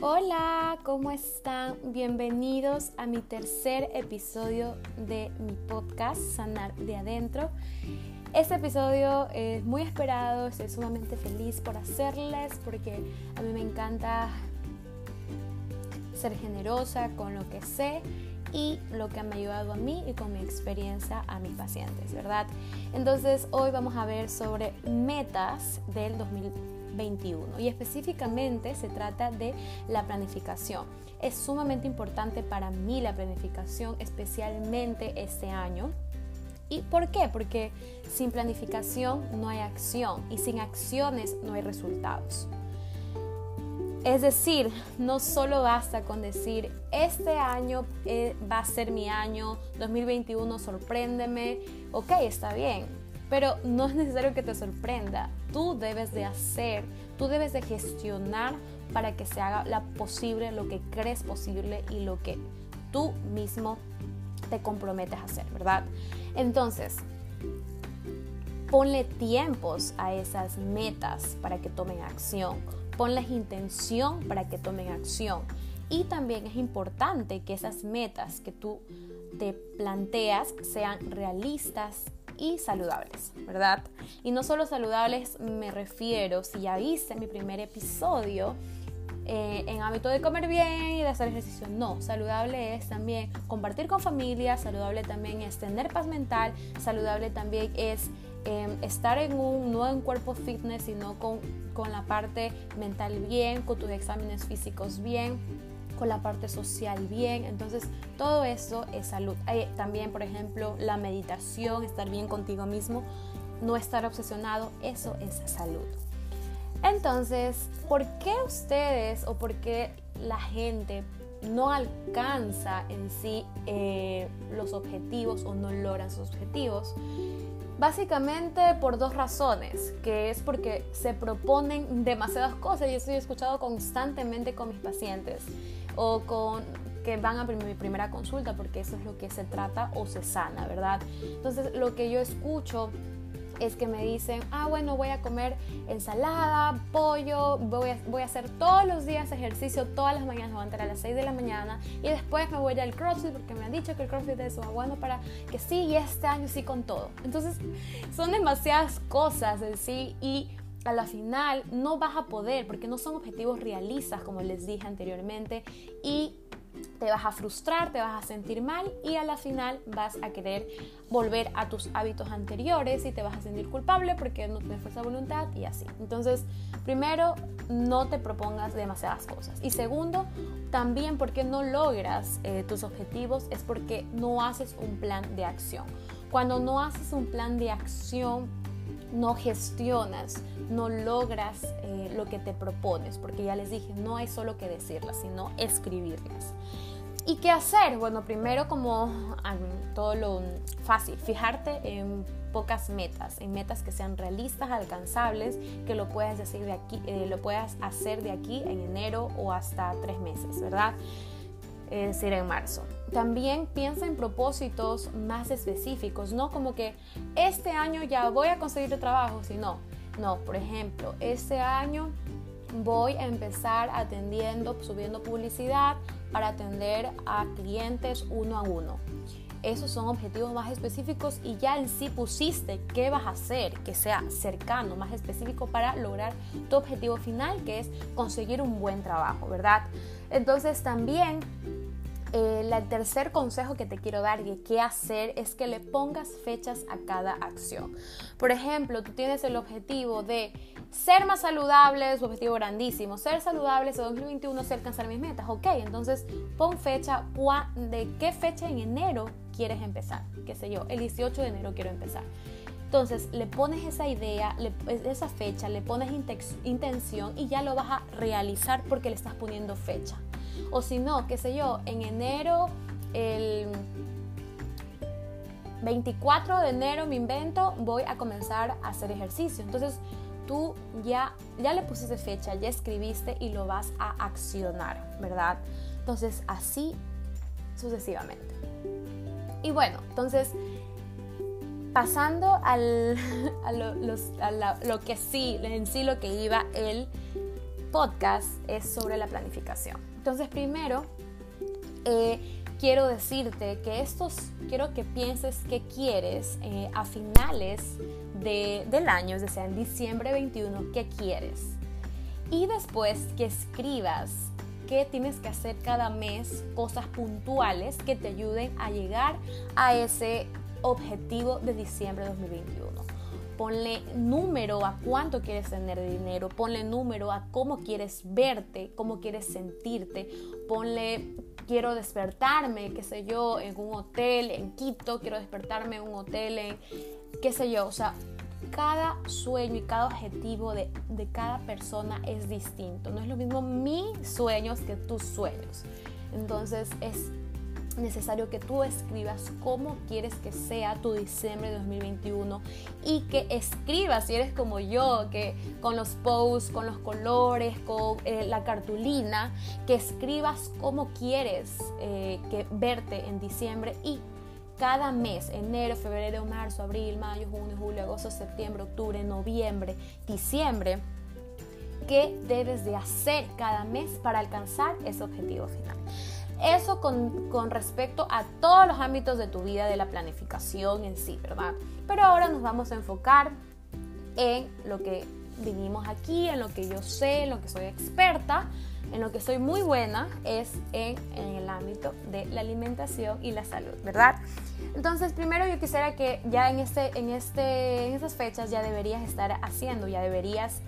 Hola, ¿cómo están? Bienvenidos a mi tercer episodio de mi podcast Sanar de Adentro. Este episodio es muy esperado, estoy sumamente feliz por hacerles porque a mí me encanta ser generosa con lo que sé y lo que me ha ayudado a mí y con mi experiencia a mis pacientes, ¿verdad? Entonces hoy vamos a ver sobre metas del 2021 y específicamente se trata de la planificación. Es sumamente importante para mí la planificación, especialmente este año. ¿Y por qué? Porque sin planificación no hay acción y sin acciones no hay resultados. Es decir, no solo basta con decir, este año va a ser mi año, 2021, sorpréndeme. Ok, está bien, pero no es necesario que te sorprenda. Tú debes de hacer, tú debes de gestionar para que se haga posible lo que crees posible y lo que tú mismo te comprometes a hacer, ¿verdad? Entonces, ponle tiempos a esas metas para que tomen acción. Ponles intención para que tomen acción. Y también es importante que esas metas que tú te planteas sean realistas y saludables, ¿verdad? Y no solo saludables me refiero, si ya viste mi primer episodio en hábito de comer bien y de hacer ejercicio. No, saludable es también compartir con familia, saludable también es tener paz mental, saludable también es estar no en cuerpo fitness, sino con la parte mental bien, con tus exámenes físicos bien, con la parte social bien. Entonces todo eso es salud. También, por ejemplo, la meditación, estar bien contigo mismo, no estar obsesionado, eso es salud. Entonces, ¿por qué ustedes o por qué la gente no alcanza en sí los objetivos o no logran sus objetivos? Básicamente por dos razones, que es porque se proponen demasiadas cosas y eso yo he escuchado constantemente con mis pacientes o con que van a mi primera consulta, porque eso es lo que se trata o se sana, ¿verdad? Entonces lo que yo escucho es que me dicen, bueno, voy a comer ensalada, pollo, voy a hacer todos los días ejercicio, todas las mañanas, me voy a levantar a las 6 de la mañana y después me voy a ir al CrossFit porque me han dicho que el CrossFit es bueno para que sí, y este año sí con todo. Entonces son demasiadas cosas en sí y a la final no vas a poder porque no son objetivos realistas, como les dije anteriormente, y te vas a frustrar, te vas a sentir mal y a la final vas a querer volver a tus hábitos anteriores y te vas a sentir culpable porque no tienes fuerza de voluntad y así. Entonces, primero, no te propongas demasiadas cosas. Y segundo, también porque no logras tus objetivos es porque no haces un plan de acción. Cuando no haces un plan de acción, no gestionas, no logras lo que te propones, porque ya les dije, no hay solo que decirlas, sino escribirlas. ¿Y qué hacer? Bueno, primero, como todo lo fácil, fijarte en pocas metas, en metas que sean realistas, alcanzables, que lo puedas hacer de aquí en enero o hasta 3 meses, ¿verdad? Es decir, en marzo. También piensa en propósitos más específicos, no como que este año ya voy a conseguir trabajo, sino, por ejemplo, este año voy a empezar subiendo publicidad para atender a clientes uno a uno. Esos son objetivos más específicos y ya en sí pusiste qué vas a hacer, que sea cercano, más específico para lograr tu objetivo final, que es conseguir un buen trabajo, ¿verdad? Entonces también el tercer consejo que te quiero dar de qué hacer es que le pongas fechas a cada acción. Por ejemplo, tú tienes el objetivo de ser más saludable, es un objetivo grandísimo, ser saludable, en 2021 sé alcanzar mis metas. Ok, entonces pon fecha, ¿de qué fecha en enero quieres empezar? Qué sé yo, el 18 de enero quiero empezar. Entonces le pones esa idea, esa fecha, le pones intención y ya lo vas a realizar porque le estás poniendo fecha. O si no, qué sé yo, en enero, el 24 de enero me invento, voy a comenzar a hacer ejercicio. Entonces tú ya le pusiste fecha, ya escribiste y lo vas a accionar, ¿verdad? Entonces así sucesivamente. Y bueno, entonces pasando a lo que sí, en sí lo que iba el podcast es sobre la planificación. Entonces, primero, quiero decirte que quiero que pienses qué quieres a finales del año, es decir, en diciembre 21, qué quieres. Y después que escribas qué tienes que hacer cada mes, cosas puntuales que te ayuden a llegar a ese objetivo de diciembre de 2021. Ponle número a cuánto quieres tener de dinero, ponle número a cómo quieres verte, cómo quieres sentirte, ponle quiero despertarme, qué sé yo, en un hotel en Quito, quiero despertarme en un hotel en qué sé yo, o sea, cada sueño y cada objetivo de cada persona es distinto. No es lo mismo mis sueños que tus sueños. Entonces es necesario que tú escribas cómo quieres que sea tu diciembre de 2021 y que escribas, si eres como yo, que con los posts, con los colores, con la cartulina, que escribas cómo quieres que verte en diciembre y cada mes, enero, febrero, marzo, abril, mayo, junio, julio, agosto, septiembre, octubre, noviembre, diciembre, qué debes de hacer cada mes para alcanzar ese objetivo final. Eso con respecto a todos los ámbitos de tu vida, de la planificación en sí, ¿verdad? Pero ahora nos vamos a enfocar en lo que vinimos aquí, en lo que yo sé, en lo que soy experta, en lo que soy muy buena, es en el ámbito de la alimentación y la salud, ¿verdad? Entonces, primero yo quisiera que ya en estas fechas ya deberías estar haciendo, ya deberías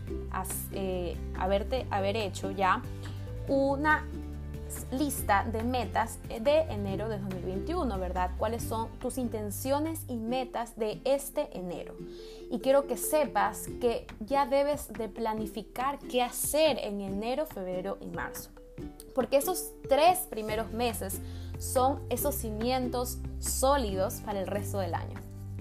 haber hecho ya una lista de metas de enero de 2021, ¿verdad? ¿Cuáles son tus intenciones y metas de este enero? Y quiero que sepas que ya debes de planificar qué hacer en enero, febrero y marzo. Porque esos 3 primeros meses son esos cimientos sólidos para el resto del año.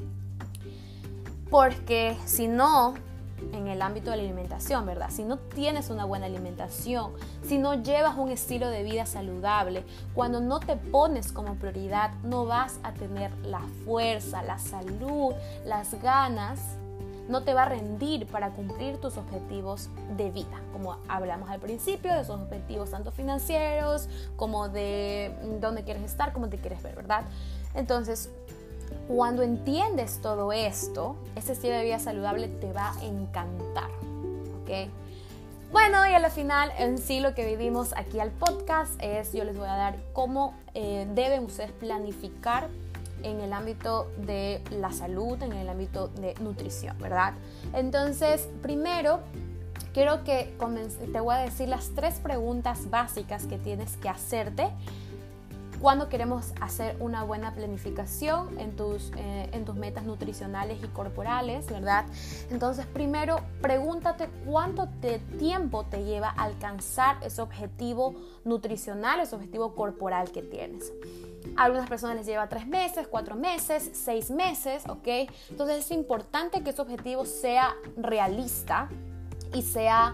Porque si no, en el ámbito de la alimentación, ¿verdad? Si no tienes una buena alimentación, si no llevas un estilo de vida saludable, cuando no te pones como prioridad, no vas a tener la fuerza, la salud, las ganas, no te va a rendir para cumplir tus objetivos de vida, como hablamos al principio, de esos objetivos tanto financieros, como de dónde quieres estar, cómo te quieres ver, ¿verdad? Entonces, cuando entiendes todo esto, ese estilo de vida saludable te va a encantar, ¿ok? Bueno, y al final, en sí, lo que vivimos aquí al podcast es, yo les voy a dar cómo deben ustedes planificar en el ámbito de la salud, en el ámbito de nutrición, ¿verdad? Entonces, primero, quiero que te voy a decir las 3 preguntas básicas que tienes que hacerte cuando queremos hacer una buena planificación en tus metas nutricionales y corporales, ¿verdad? Entonces, primero, pregúntate cuánto tiempo te lleva a alcanzar ese objetivo nutricional, ese objetivo corporal que tienes. A algunas personas les lleva 3 meses, 4 meses, 6 meses, ¿ok? Entonces, es importante que ese objetivo sea realista y sea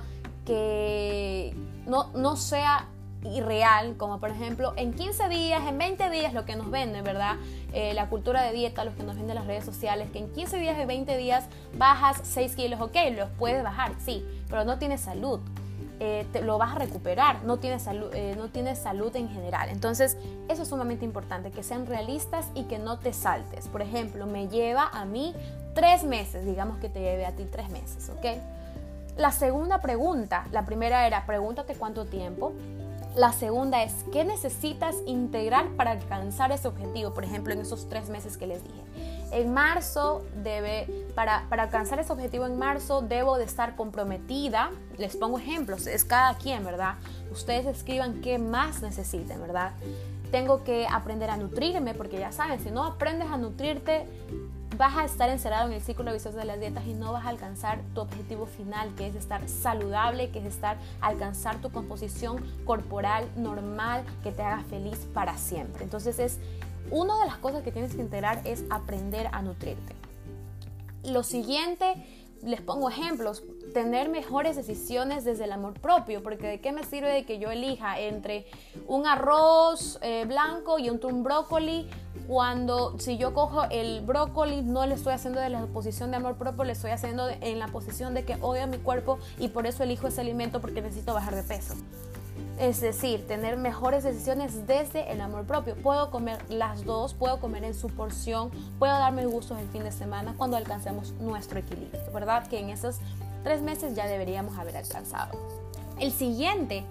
que no sea irreal, como por ejemplo en 15 días, en 20 días, lo que nos venden, ¿verdad? La cultura de dieta, los que nos venden las redes sociales, que en 15 días y 20 días bajas 6 kilos, ok, los puedes bajar, sí, pero no tienes salud, lo vas a recuperar, no tienes salud en general. Entonces, eso es sumamente importante, que sean realistas y que no te saltes. Por ejemplo, me lleva a mí 3 meses, digamos que te lleve a ti 3 meses, ok. La segunda pregunta, la primera era, pregúntate cuánto tiempo. La segunda es, ¿qué necesitas integrar para alcanzar ese objetivo? Por ejemplo, en esos 3 meses que les dije. En marzo, para alcanzar ese objetivo en marzo, debo de estar comprometida. Les pongo ejemplos, es cada quien, ¿verdad? Ustedes escriban qué más necesiten, ¿verdad? Tengo que aprender a nutrirme, porque ya saben, si no aprendes a nutrirte, vas a estar encerrado en el círculo vicioso de las dietas y no vas a alcanzar tu objetivo final, que es estar saludable, que es alcanzar tu composición corporal normal, que te haga feliz para siempre. Entonces, una de las cosas que tienes que integrar es aprender a nutrirte. Lo siguiente, les pongo ejemplos, tener mejores decisiones desde el amor propio, porque ¿de qué me sirve de que yo elija entre un arroz blanco y un brócoli si yo cojo el brócoli, no le estoy haciendo de la posición de amor propio, le estoy haciendo en la posición de que odio a mi cuerpo y por eso elijo ese alimento porque necesito bajar de peso. Es decir, tener mejores decisiones desde el amor propio. Puedo comer las dos, puedo comer en su porción, puedo darme gustos el fin de semana cuando alcancemos nuestro equilibrio, ¿verdad? Que en esos 3 meses ya deberíamos haber alcanzado. El siguiente,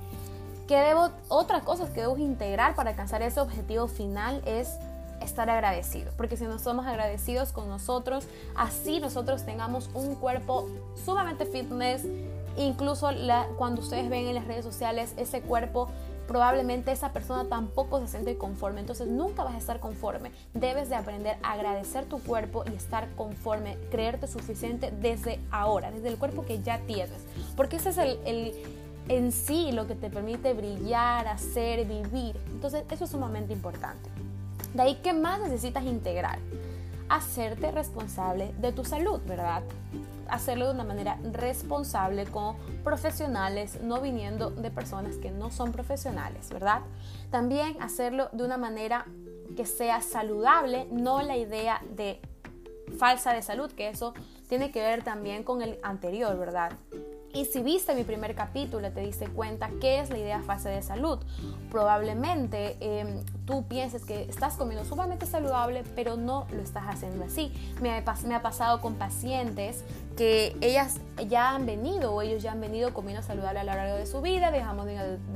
otra cosa que debo integrar para alcanzar ese objetivo final es estar agradecido, porque si no somos agradecidos con nosotros, así nosotros tengamos un cuerpo sumamente fitness. Incluso cuando ustedes ven en las redes sociales ese cuerpo, probablemente esa persona tampoco se siente conforme. Entonces nunca vas a estar conforme. Debes de aprender a agradecer tu cuerpo y estar conforme, creerte suficiente desde ahora, desde el cuerpo que ya tienes. Porque ese es en sí lo que te permite brillar, hacer, vivir. Entonces eso es sumamente importante. De ahí, ¿qué más necesitas integrar? Hacerte responsable de tu salud, ¿verdad? Hacerlo de una manera responsable con profesionales, no viniendo de personas que no son profesionales, ¿verdad? También hacerlo de una manera que sea saludable, no la idea de falsa de salud, que eso tiene que ver también con el anterior, ¿verdad? Y si viste mi primer capítulo, te diste cuenta qué es la idea falsa de salud. Probablemente tú pienses que estás comiendo sumamente saludable, pero no lo estás haciendo así. Me ha pasado con pacientes que ellos ya han venido comiendo saludable a lo largo de su vida, digamos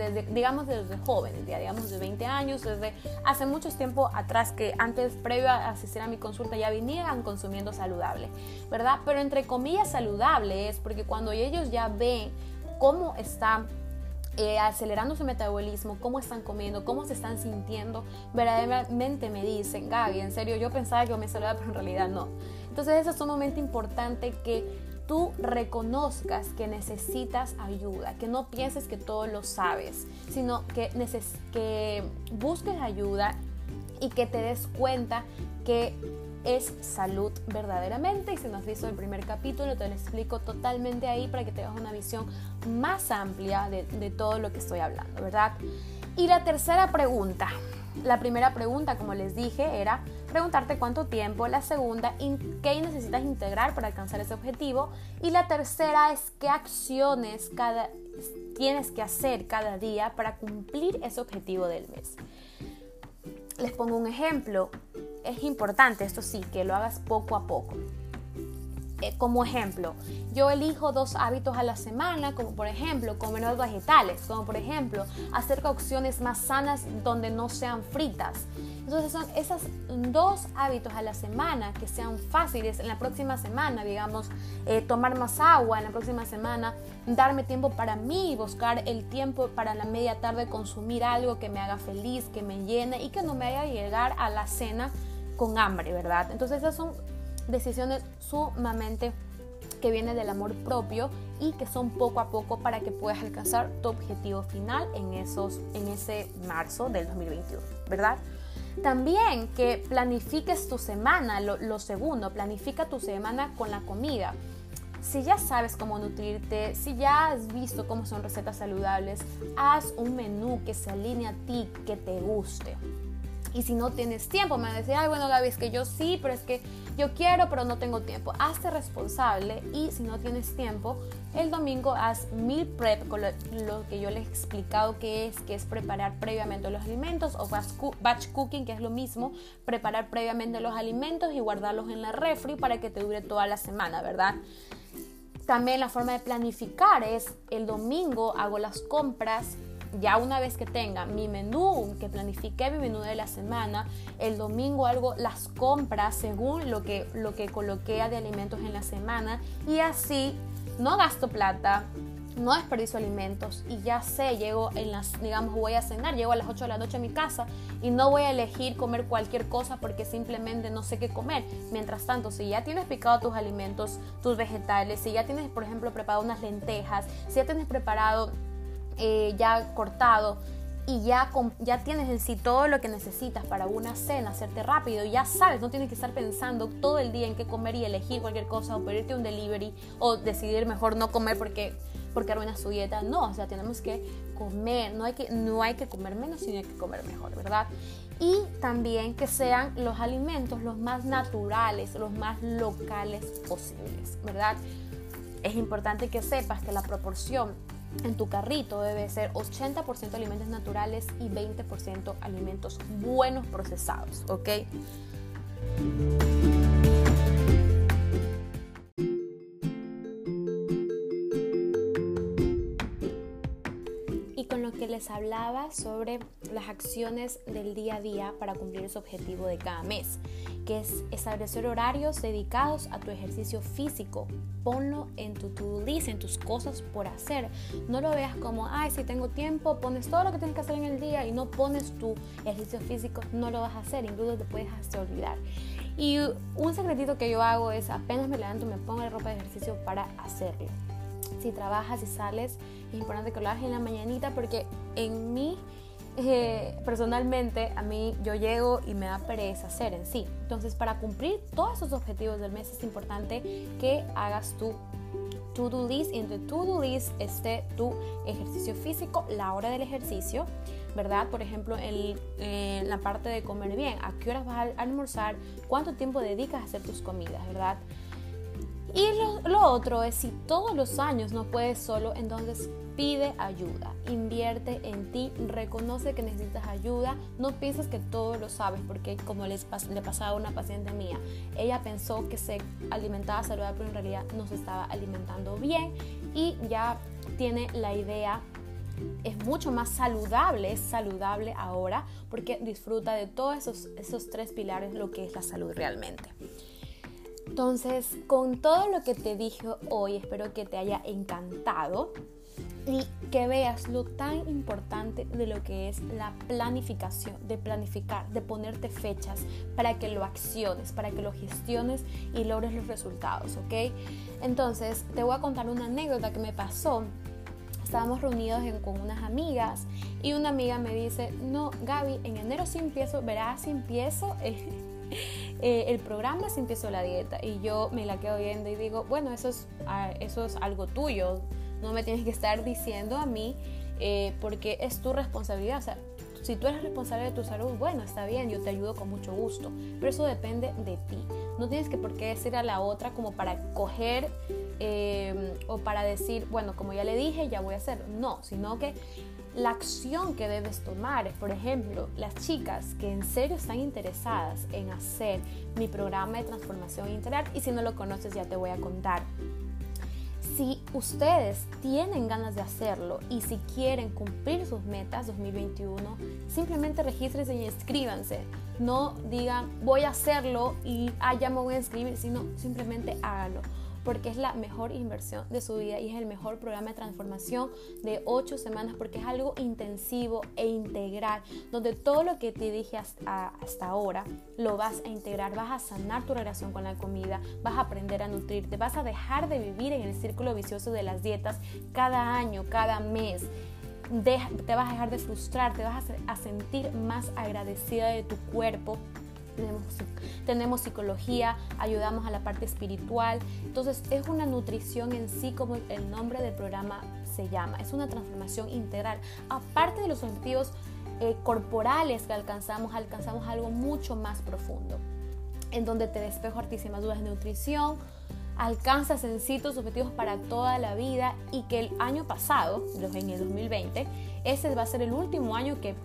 desde jóvenes, digamos de 20 años, desde hace mucho tiempo atrás, que antes, previo a asistir a mi consulta, ya venían consumiendo saludable, ¿verdad? Pero entre comillas saludable es porque cuando ellos ya ven cómo están acelerando su metabolismo, cómo están comiendo, cómo se están sintiendo, verdaderamente me dicen: Gaby, en serio, yo pensaba que comía saludable, pero en realidad no. Entonces eso es sumamente importante, que tú reconozcas que necesitas ayuda, que no pienses que todo lo sabes, sino que busques ayuda y que te des cuenta que es salud verdaderamente. Y si no has visto el primer capítulo, te lo explico totalmente ahí para que tengas una visión más amplia de todo lo que estoy hablando, ¿verdad? Y la tercera pregunta, la primera pregunta, como les dije, era preguntarte cuánto tiempo. La segunda, qué necesitas integrar para alcanzar ese objetivo. Y la tercera es qué acciones tienes que hacer cada día para cumplir ese objetivo del mes. Les pongo un ejemplo. Es importante, esto sí, que lo hagas poco a poco. Como ejemplo, yo elijo 2 hábitos a la semana, como por ejemplo comer más vegetales, como por ejemplo hacer cocciones más sanas donde no sean fritas. Entonces son esos 2 hábitos a la semana que sean fáciles. En la próxima semana, digamos, tomar más agua. En la próxima semana, darme tiempo para mí, buscar el tiempo para la media tarde, consumir algo que me haga feliz, que me llene y que no me haga llegar a la cena con hambre, ¿verdad? Entonces esas son decisiones sumamente que vienen del amor propio y que son poco a poco para que puedas alcanzar tu objetivo final en ese marzo del 2021, ¿verdad? También que planifiques tu semana. Lo segundo, planifica tu semana con la comida. Si ya sabes cómo nutrirte, si ya has visto cómo son recetas saludables, haz un menú que se alinee a ti, que te guste. Y si no tienes tiempo, me van a decir: ay, bueno, Gaby, es que yo sí, pero es que yo quiero, pero no tengo tiempo. Hazte responsable, y si no tienes tiempo, el domingo haz meal prep, con lo que yo les he explicado que es preparar previamente los alimentos, o batch cooking, que es lo mismo, preparar previamente los alimentos y guardarlos en la refri para que te dure toda la semana, ¿verdad? También la forma de planificar es: el domingo hago las compras. Ya una vez que tenga mi menú, que planifique mi menú de la semana, el domingo hago las compras según lo que coloqué de alimentos en la semana, y así no gasto plata, no desperdicio alimentos, y ya sé, voy a cenar, llego a las 8 de la noche a mi casa y no voy a elegir comer cualquier cosa porque simplemente no sé qué comer. Mientras tanto, si ya tienes picado tus alimentos, tus vegetales, si ya tienes, por ejemplo, preparado unas lentejas, si ya tienes preparado ya cortado, y ya tienes en sí todo lo que necesitas para una cena, hacerte rápido, ya sabes, no tienes que estar pensando todo el día en qué comer y elegir cualquier cosa, o pedirte un delivery, o decidir mejor no comer porque arruinas tu dieta. No, o sea, tenemos que comer, no hay que comer menos, sino hay que comer mejor, ¿verdad? y también que sean los alimentos los más naturales, los más locales posibles, ¿verdad? Es importante que sepas que la proporción en tu carrito debe ser 80% alimentos naturales y 20% alimentos buenos procesados, ¿ok? Que les hablaba sobre las acciones del día a día para cumplir ese objetivo de cada mes, que es establecer horarios dedicados a tu ejercicio físico. Ponlo en tu to-do list, en tus cosas por hacer. No lo veas como, si tengo tiempo, pones todo lo que tienes que hacer en el día y no pones tu ejercicio físico, no lo vas a hacer, incluso te puedes hasta olvidar. Y un secretito que yo hago es, apenas me levanto, me pongo la ropa de ejercicio para hacerlo. Si trabajas y sales, es importante que lo hagas en la mañanita, porque en mí, personalmente, a mí yo llego y me da pereza hacer en sí. Entonces, para cumplir todos esos objetivos del mes es importante que hagas tu to-do list, y en tu to-do list esté tu ejercicio físico, la hora del ejercicio, ¿verdad? Por ejemplo, en la parte de comer bien, a qué horas vas a almorzar, cuánto tiempo dedicas a hacer tus comidas, ¿verdad? Y lo otro es, si todos los años no puedes solo, entonces pide ayuda, invierte en ti, reconoce que necesitas ayuda, no pienses que todo lo sabes, porque como le pasaba a una paciente mía, ella pensó que se alimentaba saludable, pero en realidad no se estaba alimentando bien y ya tiene la idea, es mucho más saludable, es saludable ahora porque disfruta de todos esos 3 pilares, lo que es la salud realmente. Entonces, con todo lo que te dije hoy, espero que te haya encantado y que veas lo tan importante de lo que es la planificación, de planificar, de ponerte fechas para que lo acciones, para que lo gestiones y logres los resultados, ¿ok? Entonces, te voy a contar una anécdota que me pasó. Estábamos reunidos con unas amigas y una amiga me dice, no, Gaby, en enero sí empiezo, verás, sí empiezo el programa, si empiezo la dieta. Y yo me la quedo viendo y digo, bueno, eso es algo tuyo, no me tienes que estar diciendo a mí, porque es tu responsabilidad. O sea, si tú eres responsable de tu salud, bueno, está bien, yo te ayudo con mucho gusto, pero eso depende de ti. No tienes por qué decir a la otra como para coger o para decir, bueno, como ya le dije, ya voy a hacerlo. No, sino que la acción que debes tomar, por ejemplo, las chicas que en serio están interesadas en hacer mi programa de transformación integral, y si no lo conoces ya te voy a contar. Si ustedes tienen ganas de hacerlo y si quieren cumplir sus metas 2021, simplemente regístrense y inscríbanse. No digan voy a hacerlo y ya me voy a inscribir, sino simplemente háganlo, porque es la mejor inversión de su vida y es el mejor programa de transformación de 8 semanas, porque es algo intensivo e integral, donde todo lo que te dije hasta ahora lo vas a integrar, vas a sanar tu relación con la comida, vas a aprender a nutrirte, vas a dejar de vivir en el círculo vicioso de las dietas cada año, cada mes. Te vas a dejar de frustrar, te vas a sentir más agradecida de tu cuerpo. Tenemos psicología, ayudamos a la parte espiritual. Entonces es una nutrición en sí, como el nombre del programa se llama. Es una transformación integral. Aparte de los objetivos corporales que alcanzamos algo mucho más profundo, en donde te despejo hartísimas dudas de nutrición, alcanzas en sí tus objetivos para toda la vida, y que el año pasado, en el 2020, ese va a ser el último año que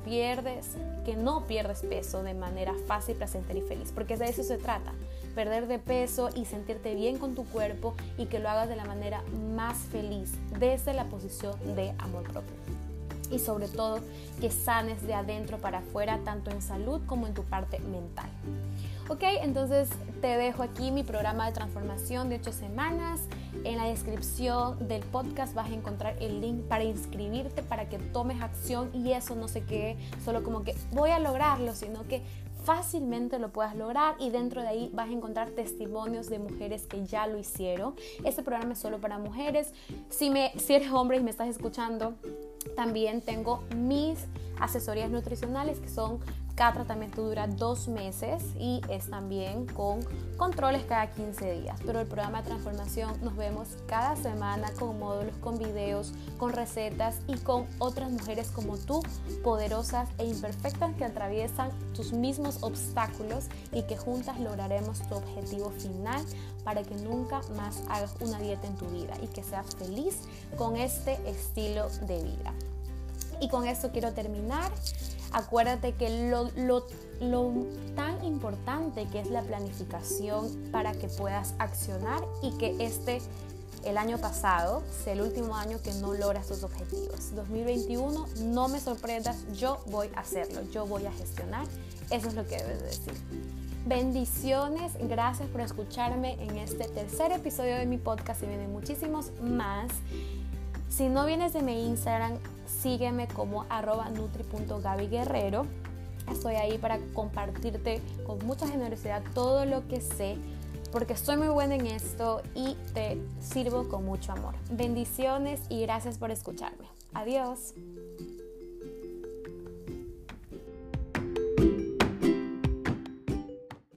no pierdes peso de manera fácil, placentera y feliz, porque de eso se trata, perder de peso y sentirte bien con tu cuerpo, y que lo hagas de la manera más feliz, desde la posición de amor propio. Y sobre todo, que sanes de adentro para afuera, tanto en salud como en tu parte mental. Ok, entonces te dejo aquí mi programa de transformación de 8 semanas. En la descripción del podcast vas a encontrar el link para inscribirte, para que tomes acción y eso no se quede solo como que voy a lograrlo, sino que fácilmente lo puedas lograr, y dentro de ahí vas a encontrar testimonios de mujeres que ya lo hicieron. Este programa es solo para mujeres. Si eres hombre y me estás escuchando, también tengo mis asesorías nutricionales, que son Cada tratamiento dura 2 meses y es también con controles cada 15 días. Pero el programa de transformación nos vemos cada semana con módulos, con videos, con recetas y con otras mujeres como tú, poderosas e imperfectas que atraviesan tus mismos obstáculos y que juntas lograremos tu objetivo final para que nunca más hagas una dieta en tu vida y que seas feliz con este estilo de vida. Y con esto quiero terminar. Acuérdate que lo tan importante que es la planificación para que puedas accionar y que el año pasado sea el último año que no logras tus objetivos. 2021, no me sorprendas, yo voy a hacerlo, yo voy a gestionar. Eso es lo que debes decir. Bendiciones, gracias por escucharme en este tercer episodio de mi podcast y vienen muchísimos más. Si no vienes de mi Instagram, sígueme como @nutri.gabyguerrero. Estoy ahí para compartirte con mucha generosidad todo lo que sé, porque estoy muy buena en esto y te sirvo con mucho amor. Bendiciones y gracias por escucharme. Adiós.